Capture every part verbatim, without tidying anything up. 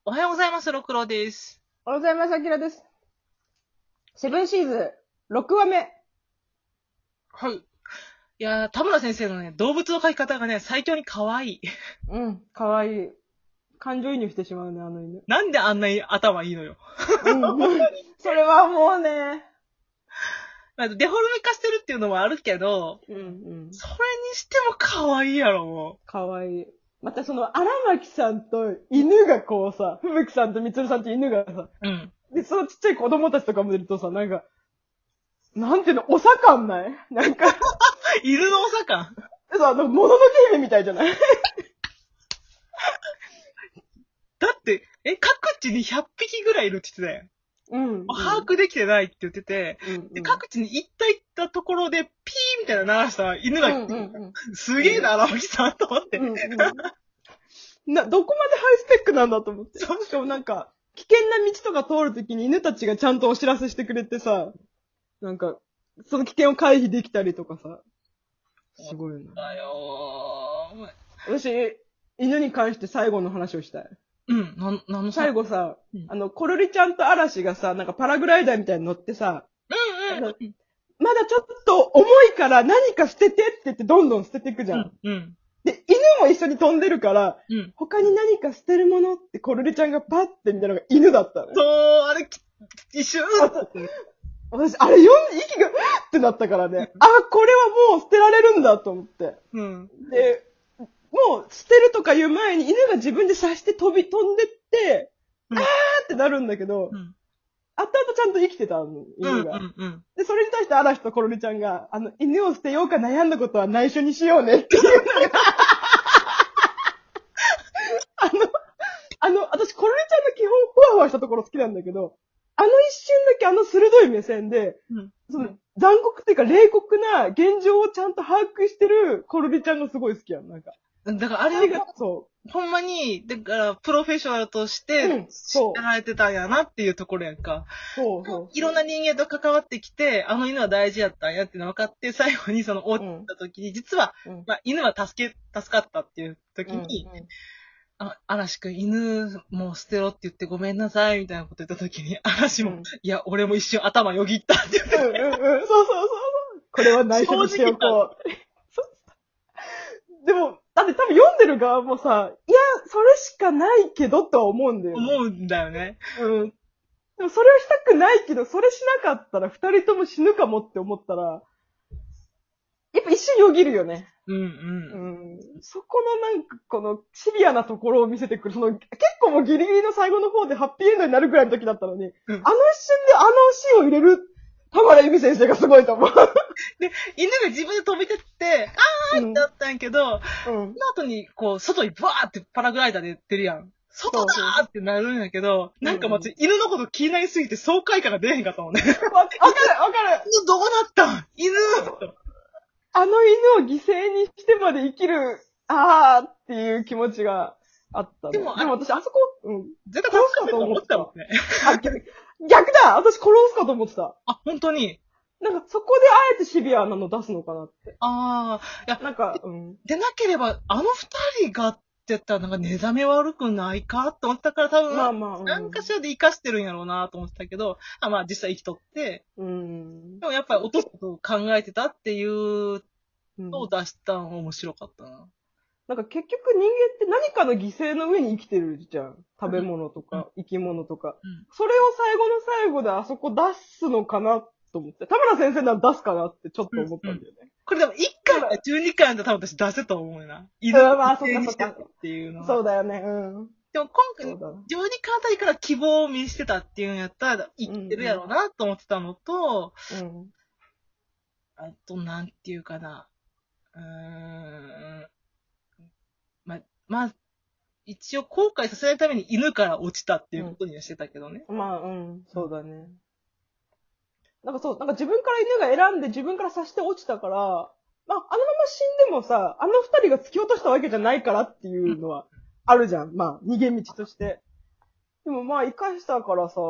おはようございます、ろくろです。 おはようございます、あきらです。セブンシーズ、ろくわめ。 はい。いやー、田村先生のね、動物の描き方がね、最強に可愛い。 うん、かわいい。感情移入してしまうね、あの犬。 なんであんなに頭いいのよ。 うん、それはもうね。 まあデフォルメ化してるっていうのもあるけど、 うん、うん。 それにしても可愛いやろ、もかわいい。またその、荒牧さんと犬がこうさ、ふぶきさんとみつるさんと犬がさ、 う。うん。 で、そのちっちゃい子供たちとかもいるとさ、なんか、なんていうの、おさかんないなんか、 犬のおさかん。 さ、あの、もののけ姫みたいじゃないだって、え、各地にひゃっぴきぐらいいるって言ってたよ。 うん、うん。 把握できてないって言ってて、 うん、うん。 で各地に行った行ったところで、ピーみたいな鳴らした犬が、 うん、うん、うん。 すげえな、荒牧さんと思って。 うん、うん。な、どこまでハイスペックなんだと思って。 そうしかもなんか、危険な道とか通るときに犬たちがちゃんとお知らせしてくれてさ、なんか、その危険を回避できたりとかさ、すごいな。 だよー。 私、犬に関して最後の話をしたい。 うん、なん、なんの最後さ、 うん、 あの、コルリちゃんと嵐がさ、なんかパラグライダーみたいに乗ってさ、 うん、うん、 あのまだちょっと重いから何か捨ててって言ってどんどん捨てていくじゃん。 うん、うん。 で、犬も一緒に飛んでるから、 うん。 他に何か捨てるものってコルリちゃんがパッて見たのが犬だったのよ。 そう、あれ、一瞬、 私、あれ読んで息が、ってなったからね。あ、これはもう捨てられるんだと思って。 うん。 で、もう捨てるとか言う前に犬が自分で刺して飛び、飛んでって、 うん、 あーってなるんだけど、 うん、 後々ちゃんと生きてたの、犬が。 うん、うん。 で、それに対して嵐とコロリちゃんが、あの、犬を捨てようか悩んだことは内緒にしようねっていうのが、あの、あの、私コロリちゃんの基本ふわふわしたところ好きなんだけど、あの一瞬だけあの鋭い目線で、 うん、 その残酷っていうか冷酷な現状をちゃんと把握してるコロリちゃんがすごい好きやん、なんか。 だからあれあれがは、 そほんまに、だから、プロフェッショナルとしう。うてん、 知そう。 られてたんやなっていうところやんか。 そうそう。 いろんな人間と関わってきて、あの犬は大事やったんやっていうのが分かって、最後にその、落ちた時に、実は、 うん、 まあ、犬は助け、助かったっていう時に、 うんうんあ、嵐くん、犬もう捨てろって言ってごめんなさい、みたいなこと言ったときに、嵐も、 うんいや、俺も一瞬頭よぎったって言って、 うんうんうん。そうそうそうそう。これは内緒にしておこう。そうでも、だって多分読んでる側もさ、いや、それしかないけどとは思うんだよね。 思うんだよね。 うん。でもそれをしたくないけど、それしなかったら二人とも死ぬかもって思ったら、やっぱ一瞬よぎるよね。 うんうん。 うん。そこのなんかこのシビアなところを見せてくる、その結構もうギリギリの最後の方でハッピーエンドになるぐらいの時だったのに、 うん、 あの一瞬であのシーンを入れる田原由美先生がすごいと思う。 で、犬が自分で飛びてって、あーってなったんやけど、 うん。 その後に、こう、外にバーってパラグライダーで言ってるやん。外だーってなるんやけど、なんか私、犬のこと気になりすぎて爽快感が出へんかったもんね。 わかる、わかる。 犬どうなったん犬あの犬を犠牲にしてまで生きる、あーっていう気持ちがあったね。 でもでも私、あそこ、うん。 絶対殺すかと思ったもんね。 あ、逆逆だ私殺すかと思ってた。 あ、本当に。 なんかそこであえてシビアなの出すのかなって。 ああ、いや、 なんか、うん。 でなければ、あの二人がって言ったらなんか寝覚め悪くないかって思ったから多分、 まあまあ、うん。 何かしらで生かしてるんやろうなと思ってたけど、あまあ実際生きとって、 うん。 でもやっぱり落とすことを考えてたっていううんのを出したのが面白かったな。 なんか結局人間って何かの犠牲の上に生きてるじゃん。食べ物とか、生き物とか。 うん。 それを最後の最後であそこ出すのかなと思って。田村先生なら出すかなってちょっと思ったんだよね。 これでもいっかいかじゅうにかいだと多分私出せと思うよな。犬うんまあを犠牲にしてたっていうのは。 そうだよね。うん。 でも今回、 そうだな。 じゅうにかいあたりから希望を見せてたっていうんやったら生きてるやろうなと思ってたのと、 うん。 あと、なんていうかな。うーん。ま、まあ、一応後悔させないために犬から落ちたっていうことにはしてたけどね。 まあ、うん。そうだね。なんかそう、なんか自分から犬が選んで自分から刺して落ちたから、まあ、あのまま死んでもさ、あの二人が突き落としたわけじゃないからっていうのはあるじゃん。まあ、逃げ道として。でもまあ、生かしたからさ、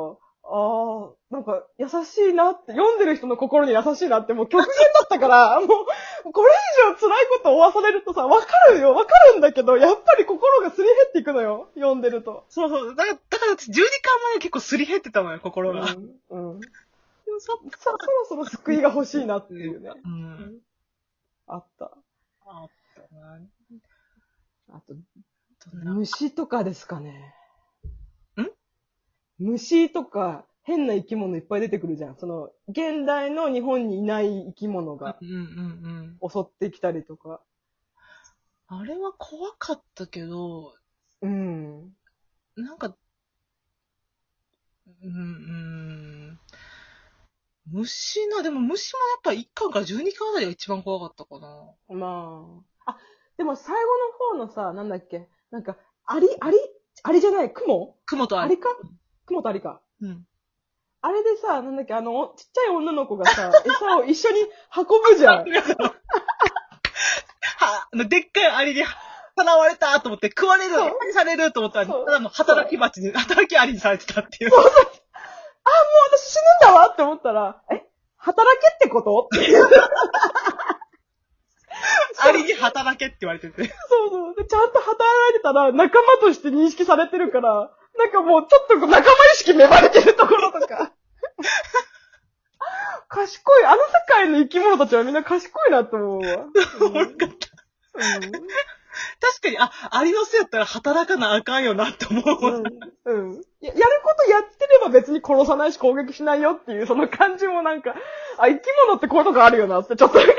ああ、なんか優しいなって、読んでる人の心に優しいなってもう極限だったから、もう、これ以上辛いことを負わされるとさ、わかるよ、わかるんだけど、やっぱり心がすり減っていくのよ、読んでると。 そうそう。だから、だから私じゅうにかんまえ結構すり減ってたのよ、心が。 うん。うん。 でもそっか。 そ、そろそろ救いが欲しいなっていうね。 うん。 あった。 あったな。 あと、 とな虫とかですかね。 ん虫とか、変な生き物いっぱい出てくるじゃん。その、現代の日本にいない生き物がうんうんうん。 襲ってきたりとか。 あれは怖かったけど、 うん。 なんか、うん、うん。虫な、でも虫もやっぱいっかんからじゅうにかんあたりが一番怖かったかな。 まあ。あ、でも最後の方のさ、なんだっけ。なんか、アリ、アリ、アリじゃない、クモ雲とあれ。 アリかクモとアリか。 うん。 あれでさ、なんだっけ、あの、ちっちゃい女の子がさ、餌を一緒に運ぶじゃん。 は、あの、でっかいアリにさわれたと思って食われる、 そう餌にされると思ったら、 そうただの働き蜂に、働きアリにされてたっていう。 そうそう。あ、もう私死ぬんだわって思ったら、え、働けってことっていう。 アリに働けって言われてて。 そうそう。で、ちゃんと働いてたら仲間として認識されてるから、なんかもうちょっと仲間意識芽生えてるところとか。賢い。あの世界の生き物たちはみんな賢いなと思うわ。 おもろかった。 うん。 確かに、あ、アリのせいやったら働かなあかんよなって思う。 うん。うん。や、やることやってれば別に殺さないし攻撃しないよっていう、その感じもなんか、あ、生き物ってこういうとこあるよなってちょっと思い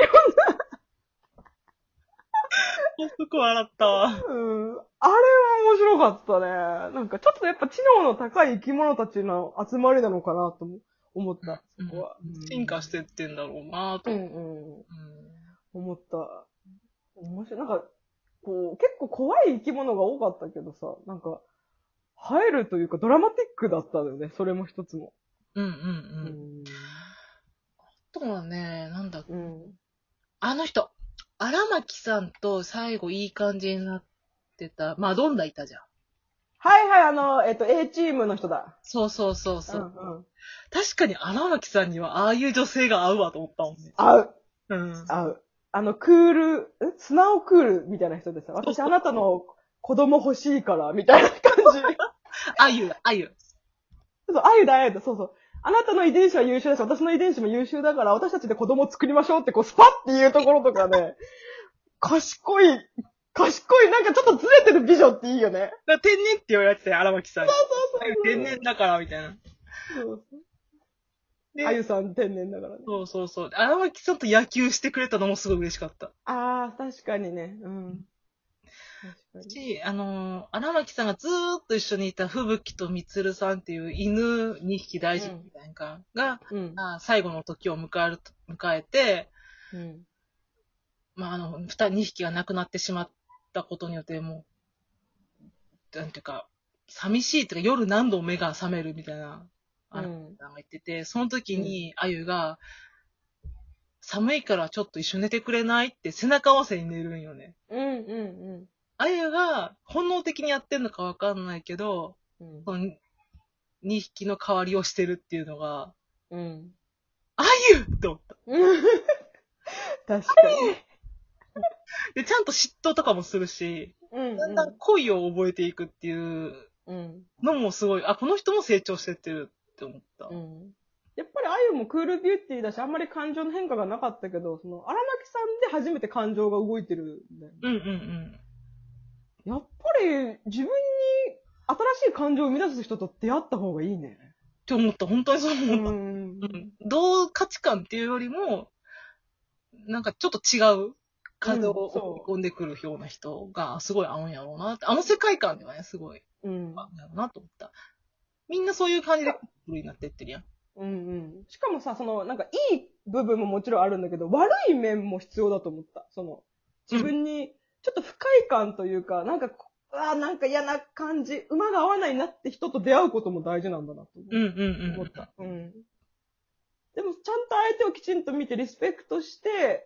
そこ笑ったわ。 うん。あれは面白かったね。なんかちょっとやっぱ知能の高い生き物たちの集まりなのかなと思った、そこは。 進化してってんだろうなと。 うんうん。思った。面白い。なんか、こう、結構怖い生き物が多かったけどさ、なんか、映えるというかドラマティックだったんだよね、それも一つも。 うんうんう。 うんん。 あとはね、なんだっけ。 うん。 あの人、荒牧さんと最後いい感じになってた、マドンナいたじゃん。 はいはい、あの、えっと、A チームの人だ。 そうそうそうそう。 んうん。 確かに荒牧さんにはああいう女性が合うわと思ったもんね。 合う。 うん。 合う。あの、クール、ん素直クールみたいな人でさ、私あなたの子供欲しいから、みたいな感じ。 あゆ、あゆ。 そう、あゆだ、あゆだ、そうそう。あなたの遺伝子は優秀だし、私の遺伝子も優秀だから、私たちで子供を作りましょうって、こう、スパッっていうところとかね、賢い、賢い、なんかちょっとずれてる美女っていいよね。 だから天然って言われてて、荒牧さんに。 そうそうそうあゆ天然だから、みたいな。 そうそう。 であゆさん天然だからね。 そうそうそう。荒牧さんと野球してくれたのもすごい嬉しかった。 ああ、確かにね。うん。確かに。 し、あのー、荒牧さんがずーっと一緒にいた吹雪とみつるさんっていう犬にひき大事みたいなかが、 うん。 あ最後の時を迎えると、迎えて、 うん。 まあ、あの、二人、にひきが亡くなってしまったことによって、もう、なんていうか、寂しいっていうか、夜何度も目が覚めるみたいな、あの、 うん。 が言ってて、その時に、あゆが、寒いからちょっと一緒に寝てくれないって背中合わせに寝るんよね。 うん。うん。 あゆが本能的にやってんのかわかんないけど、 うん。 そのにひきの代わりをしてるっていうのが、 うん。 あゆって思った。 確かに。 で、ちゃんと嫉妬とかもするし、 うんだんだん恋を覚えていくっていううん。 のもすごい、あ、この人も成長してってるって思った。 うん。やっぱりあゆもクールビューティーだし、あんまり感情の変化がなかったけど、その、荒牧さんで初めて感情が動いてるんだよね。 うんうんうん。 やっぱり自分に新しい感情を生み出す人と出会った方がいいね。 って思った。本当にそう思った。 ん。 うんどう価値観っていうよりも、なんかちょっと違う風をうんそう送り込んでくるような人がすごい合うんやろうなって。あの世界観ではね、すごいうん。 合うんやろうなと思った。みんなそういう感じでカップルになってってるやん。 うんうん。しかもさ、その、なんかいい部分ももちろんあるんだけど、悪い面も必要だと思った。その、自分にちょっと不快感というか、なんか、ああ、なんか嫌な感じ、馬が合わないなって人と出会うことも大事なんだなと思うんうんうん。 思った。うん。でも、ちゃんと相手をきちんと見てリスペクトして、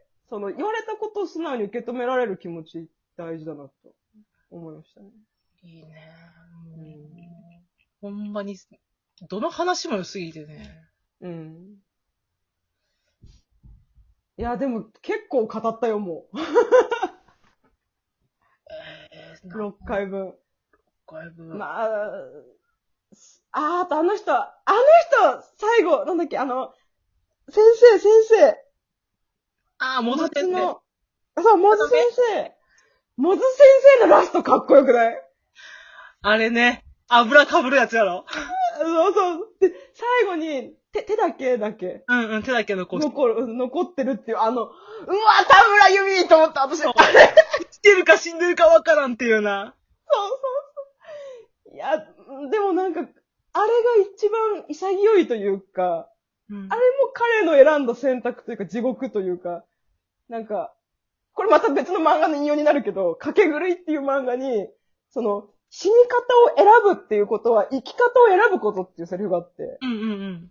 その、言われたことを素直に受け止められる気持ち大事だなと思いましたね。 いいね。 うん。 ほんまに、 どの話も良すぎてね。 うん。いや、でも結構語ったよ、もう。 えー、 ろっかいぶん。 ろっかいぶん。 まあ、あー、あとあの人、あの人、最後、なんだっけ、あの、先生、先生。 ああ、もず先生。 の、そう、モズ先生。モズ先生のラストかっこよくない？ あれね、油かぶるやつやろ。 そうそう。で、最後に、手、手だけだけ。 うんうん、手だけ残して。 残る、残ってるっていう、あの、うわ、田村由美と思った、私。そう。 生きてるか死んでるかわからんっていうな。 そうそうそう。いや、でもなんか、あれが一番潔いというか、うん、あれも彼の選んだ選択というか地獄というか、なんか、これまた別の漫画の引用になるけど、かけ狂いっていう漫画に、その、死に方を選ぶっていうことは生き方を選ぶことっていうセリフがあって、 うんうんうん、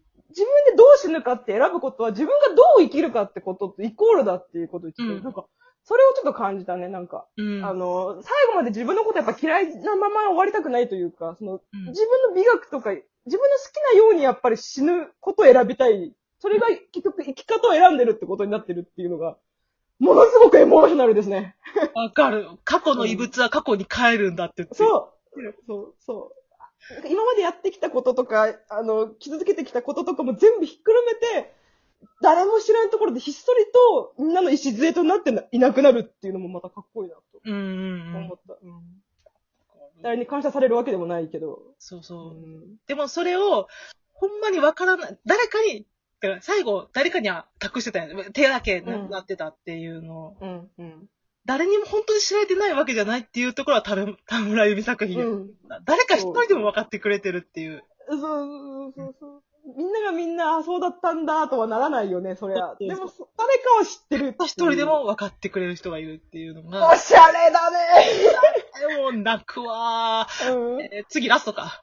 自分でどう死ぬかって選ぶことは自分がどう生きるかってこととイコールだっていうことを言って、うん、なんか、それをちょっと感じたね、なんか。うん、あの、最後まで自分のことやっぱ嫌いなまま終わりたくないというか、その、うん、自分の美学とか、自分の好きなようにやっぱり死ぬことを選びたい。それが結局生き方を選んでるってことになってるっていうのが、ものすごくエモーショナルですね。 わかる。過去の遺物は過去に帰るんだって言って。 そう。そう、そう。今までやってきたこととか、あの、傷つけてきたこととかも全部ひっくるめて、誰も知らんところでひっそりとみんなの礎となっていなくなるっていうのもまたかっこいいなと思った。うんうんうん、誰に感謝されるわけでもないけど。 そうそう。うん、でもそれを、ほんまにわからない。誰かに、最後、誰かには隠してたよね。手だけなってたっていうのを、うんうん。誰にも本当に知られてないわけじゃないっていうところは田村由美作品、うん。誰か一人でも分かってくれてるっていう。 そうそうそうそう。みんながみんな、そうだったんだとはならないよね、そりゃ。でも、誰かは知ってる。 一人でも分かってくれる人がいるっていうのが。 おしゃれだねでも泣くわー、うん、えー。次ラストか。